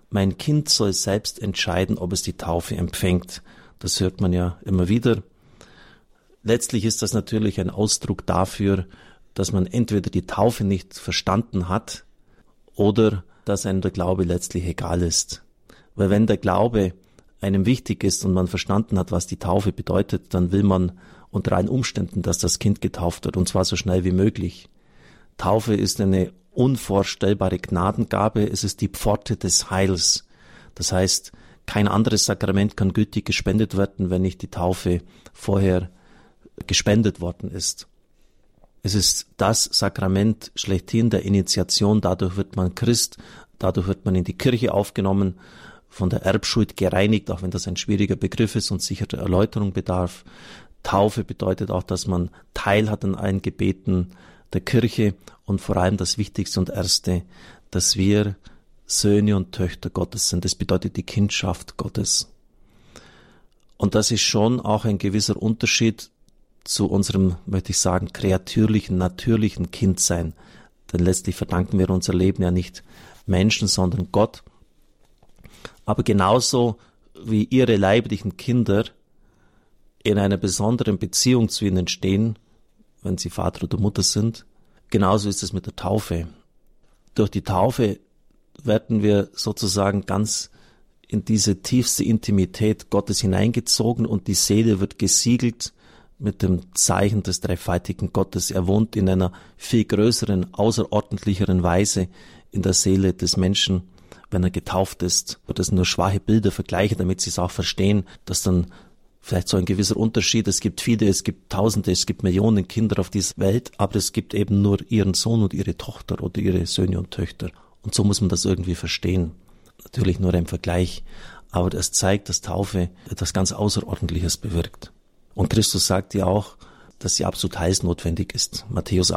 mein Kind soll selbst entscheiden, ob es die Taufe empfängt. Das hört man ja immer wieder. Letztlich ist das natürlich ein Ausdruck dafür, dass man entweder die Taufe nicht verstanden hat oder dass einem der Glaube letztlich egal ist. Weil wenn der Glaube einem wichtig ist und man verstanden hat, was die Taufe bedeutet, dann will man unter allen Umständen, dass das Kind getauft wird, und zwar so schnell wie möglich. Taufe ist eine unvorstellbare Gnadengabe, es ist die Pforte des Heils. Das heißt, kein anderes Sakrament kann gültig gespendet werden, wenn nicht die Taufe vorher gespendet worden ist. Es ist das Sakrament schlechthin der Initiation, dadurch wird man Christ, dadurch wird man in die Kirche aufgenommen, von der Erbschuld gereinigt, auch wenn das ein schwieriger Begriff ist und sicher der Erläuterung bedarf. Taufe bedeutet auch, dass man Teil hat an allen Gebeten der Kirche und vor allem das Wichtigste und Erste, dass wir Söhne und Töchter Gottes sind. Das bedeutet die Kindschaft Gottes. Und das ist schon auch ein gewisser Unterschied zu unserem, möchte ich sagen, kreatürlichen, natürlichen Kindsein. Denn letztlich verdanken wir unser Leben ja nicht Menschen, sondern Gott. Aber genauso wie ihre leiblichen Kinder in einer besonderen Beziehung zu ihnen stehen, wenn sie Vater oder Mutter sind, genauso ist es mit der Taufe. Durch die Taufe werden wir sozusagen ganz in diese tiefste Intimität Gottes hineingezogen und die Seele wird gesiegelt mit dem Zeichen des dreifaltigen Gottes. Er wohnt in einer viel größeren, außerordentlicheren Weise in der Seele des Menschen, wenn er getauft ist. Das sind nur schwache Bilder, Vergleiche, damit Sie es auch verstehen, dass dann vielleicht so ein gewisser Unterschied, es gibt viele, es gibt Tausende, es gibt Millionen Kinder auf dieser Welt, aber es gibt eben nur ihren Sohn und ihre Tochter oder ihre Söhne und Töchter. Und so muss man das irgendwie verstehen. Natürlich nur ein Vergleich, aber das zeigt, dass Taufe etwas ganz Außerordentliches bewirkt. Und Christus sagt ja auch, dass sie absolut heilsnotwendig ist. Matthäus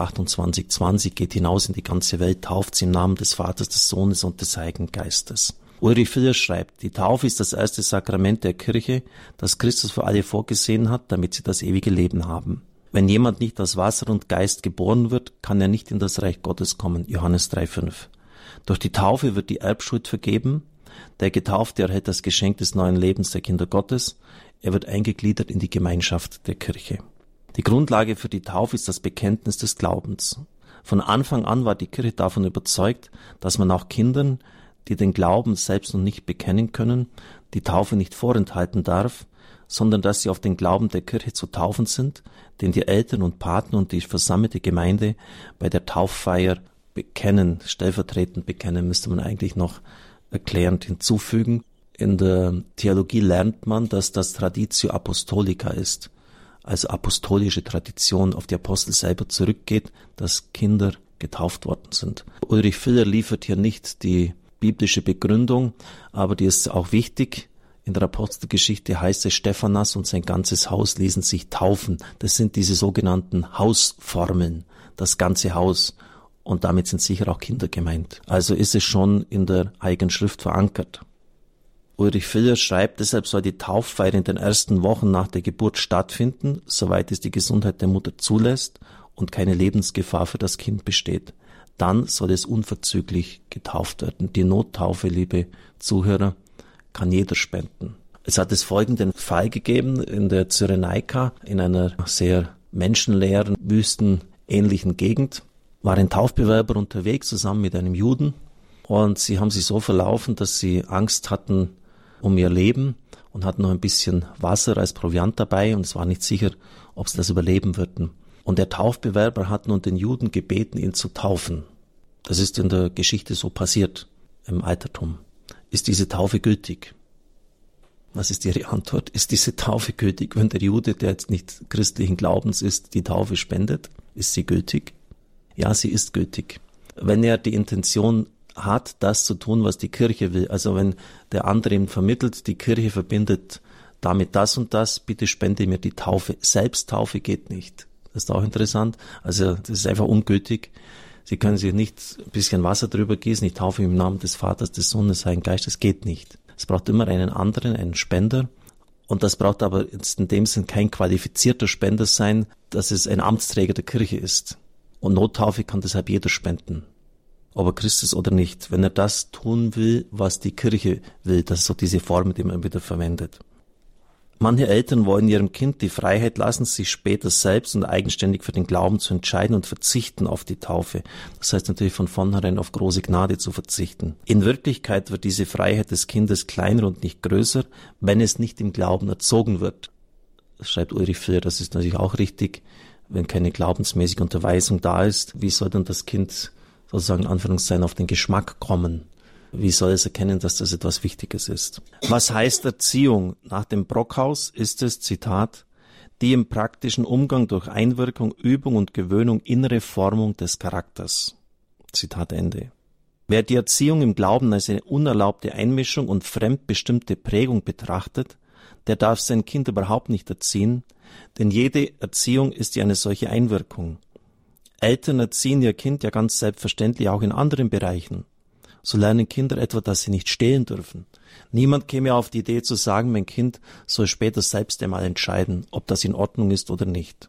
28,20 geht hinaus in die ganze Welt, tauft sie im Namen des Vaters, des Sohnes und des Heiligen Geistes. Ulrich Filler schreibt, die Taufe ist das erste Sakrament der Kirche, das Christus für alle vorgesehen hat, damit sie das ewige Leben haben. Wenn jemand nicht aus Wasser und Geist geboren wird, kann er nicht in das Reich Gottes kommen. Johannes 3,5. Durch die Taufe wird die Erbschuld vergeben. Der Getaufte erhält das Geschenk des neuen Lebens der Kinder Gottes. Er wird eingegliedert in die Gemeinschaft der Kirche. Die Grundlage für die Taufe ist das Bekenntnis des Glaubens. Von Anfang an war die Kirche davon überzeugt, dass man auch Kindern, die den Glauben selbst noch nicht bekennen können, die Taufe nicht vorenthalten darf, sondern dass sie auf den Glauben der Kirche zu taufen sind, den die Eltern und Paten und die versammelte Gemeinde bei der Tauffeier bekennen, stellvertretend bekennen, müsste man eigentlich noch erklärend hinzufügen. In der Theologie lernt man, dass das Traditio Apostolica ist, also apostolische Tradition auf die Apostel selber zurückgeht, dass Kinder getauft worden sind. Ulrich Filler liefert hier nicht die biblische Begründung, aber die ist auch wichtig. In der Apostelgeschichte heißt es, Stephanas und sein ganzes Haus ließen sich taufen. Das sind diese sogenannten Hausformeln, das ganze Haus. Und damit sind sicher auch Kinder gemeint. Also ist es schon in der Heiligen Schrift verankert. Ulrich Filler schreibt, deshalb soll die Tauffeier in den ersten Wochen nach der Geburt stattfinden, soweit es die Gesundheit der Mutter zulässt und keine Lebensgefahr für das Kind besteht. Dann soll es unverzüglich getauft werden. Die Nottaufe, liebe Zuhörer, kann jeder spenden. Es hat es folgenden Fall gegeben in der Cyrenaika, in einer sehr menschenleeren, wüstenähnlichen Gegend. War ein Taufbewerber unterwegs zusammen mit einem Juden und sie haben sich so verlaufen, dass sie Angst hatten um ihr Leben und hatten noch ein bisschen Wasser als Proviant dabei und es war nicht sicher, ob sie das überleben würden. Und der Taufbewerber hat nun den Juden gebeten, ihn zu taufen. Das ist in der Geschichte so passiert, im Altertum. Ist diese Taufe gültig? Was ist Ihre Antwort? Ist diese Taufe gültig, wenn der Jude, der jetzt nicht christlichen Glaubens ist, die Taufe spendet? Ist sie gültig? Ja, sie ist gültig. Wenn er die Intention hat, das zu tun, was die Kirche will, also wenn der andere ihm vermittelt, die Kirche verbindet damit das und das, bitte spende mir die Taufe. Selbsttaufe geht nicht. Das ist auch interessant. Also das ist einfach ungültig. Sie können sich nicht ein bisschen Wasser drüber gießen, ich taufe im Namen des Vaters, des Sohnes, des Heiligen Geistes, das geht nicht. Es braucht immer einen anderen, einen Spender. Und das braucht aber jetzt in dem Sinn kein qualifizierter Spender sein, dass es ein Amtsträger der Kirche ist. Und Nottaufe kann deshalb jeder spenden. ob er Christ ist oder nicht, wenn er das tun will, was die Kirche will. Das ist so diese Formel, die man wieder verwendet. Manche Eltern wollen ihrem Kind die Freiheit lassen, sich später selbst und eigenständig für den Glauben zu entscheiden und verzichten auf die Taufe. Das heißt natürlich von vornherein auf große Gnade zu verzichten. In Wirklichkeit wird diese Freiheit des Kindes kleiner und nicht größer, wenn es nicht im Glauben erzogen wird. Das schreibt Ulrich Filler, das ist natürlich auch richtig. Wenn keine glaubensmäßige Unterweisung da ist, wie soll dann das Kind sozusagen in Anführungszeichen auf den Geschmack kommen? Wie soll es erkennen, dass das etwas Wichtiges ist? Was heißt Erziehung? Nach dem Brockhaus ist es, Zitat, die im praktischen Umgang durch Einwirkung, Übung und Gewöhnung innere Formung des Charakters. Zitat Ende. Wer die Erziehung im Glauben als eine unerlaubte Einmischung und fremdbestimmte Prägung betrachtet, der darf sein Kind überhaupt nicht erziehen, denn jede Erziehung ist ja eine solche Einwirkung. Eltern erziehen ihr Kind ja ganz selbstverständlich auch in anderen Bereichen. So lernen Kinder etwa, dass sie nicht stehlen dürfen. Niemand käme auf die Idee zu sagen, mein Kind soll später selbst einmal entscheiden, ob das in Ordnung ist oder nicht.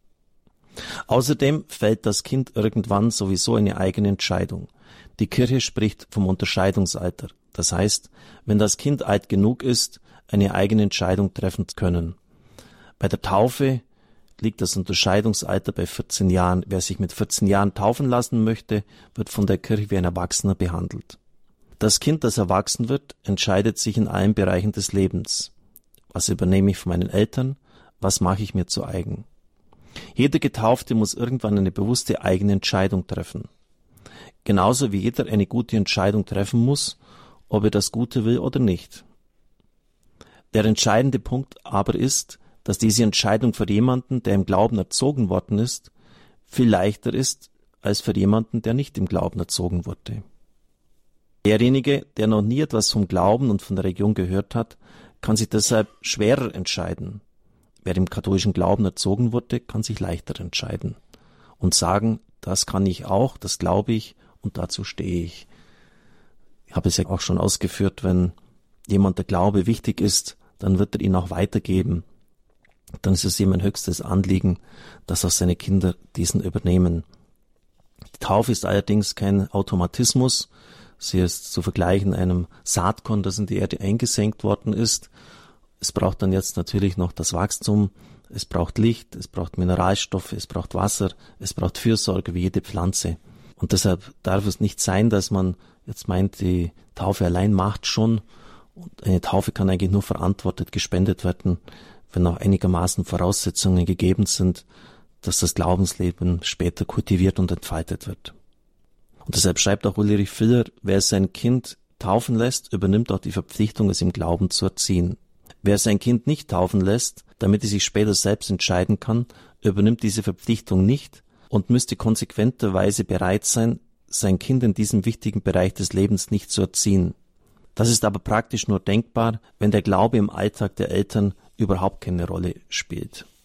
Außerdem fällt das Kind irgendwann sowieso eine eigene Entscheidung. Die Kirche spricht vom Unterscheidungsalter. Das heißt, wenn das Kind alt genug ist, eine eigene Entscheidung treffen zu können. Bei der Taufe liegt das Unterscheidungsalter bei 14 Jahren. Wer sich mit 14 Jahren taufen lassen möchte, wird von der Kirche wie ein Erwachsener behandelt. Das Kind, das erwachsen wird, entscheidet sich in allen Bereichen des Lebens. Was übernehme ich von meinen Eltern? Was mache ich mir zu eigen? Jeder Getaufte muss irgendwann eine bewusste eigene Entscheidung treffen. Genauso wie jeder eine gute Entscheidung treffen muss, ob er das Gute will oder nicht. Der entscheidende Punkt aber ist, dass diese Entscheidung für jemanden, der im Glauben erzogen worden ist, viel leichter ist als für jemanden, der nicht im Glauben erzogen wurde. Derjenige, der noch nie etwas vom Glauben und von der Religion gehört hat, kann sich deshalb schwerer entscheiden. Wer im katholischen Glauben erzogen wurde, kann sich leichter entscheiden und sagen, das kann ich auch, das glaube ich und dazu stehe ich. Ich habe es ja auch schon ausgeführt, wenn jemand der Glaube wichtig ist, dann wird er ihn auch weitergeben. Dann ist es ihm ein höchstes Anliegen, dass auch seine Kinder diesen übernehmen. Die Taufe ist allerdings kein Automatismus. Sie ist zu vergleichen einem Saatkorn, das in die Erde eingesenkt worden ist. Es braucht dann jetzt natürlich noch das Wachstum. Es braucht Licht, es braucht Mineralstoffe, es braucht Wasser, es braucht Fürsorge wie jede Pflanze. Und deshalb darf es nicht sein, dass man jetzt meint, die Taufe allein macht schon. Und eine Taufe kann eigentlich nur verantwortet gespendet werden, wenn auch einigermaßen Voraussetzungen gegeben sind, dass das Glaubensleben später kultiviert und entfaltet wird. Und deshalb schreibt auch Ulrich Filler, wer sein Kind taufen lässt, übernimmt auch die Verpflichtung, es im Glauben zu erziehen. Wer sein Kind nicht taufen lässt, damit es sich später selbst entscheiden kann, übernimmt diese Verpflichtung nicht und müsste konsequenterweise bereit sein, sein Kind in diesem wichtigen Bereich des Lebens nicht zu erziehen. Das ist aber praktisch nur denkbar, wenn der Glaube im Alltag der Eltern überhaupt keine Rolle spielt.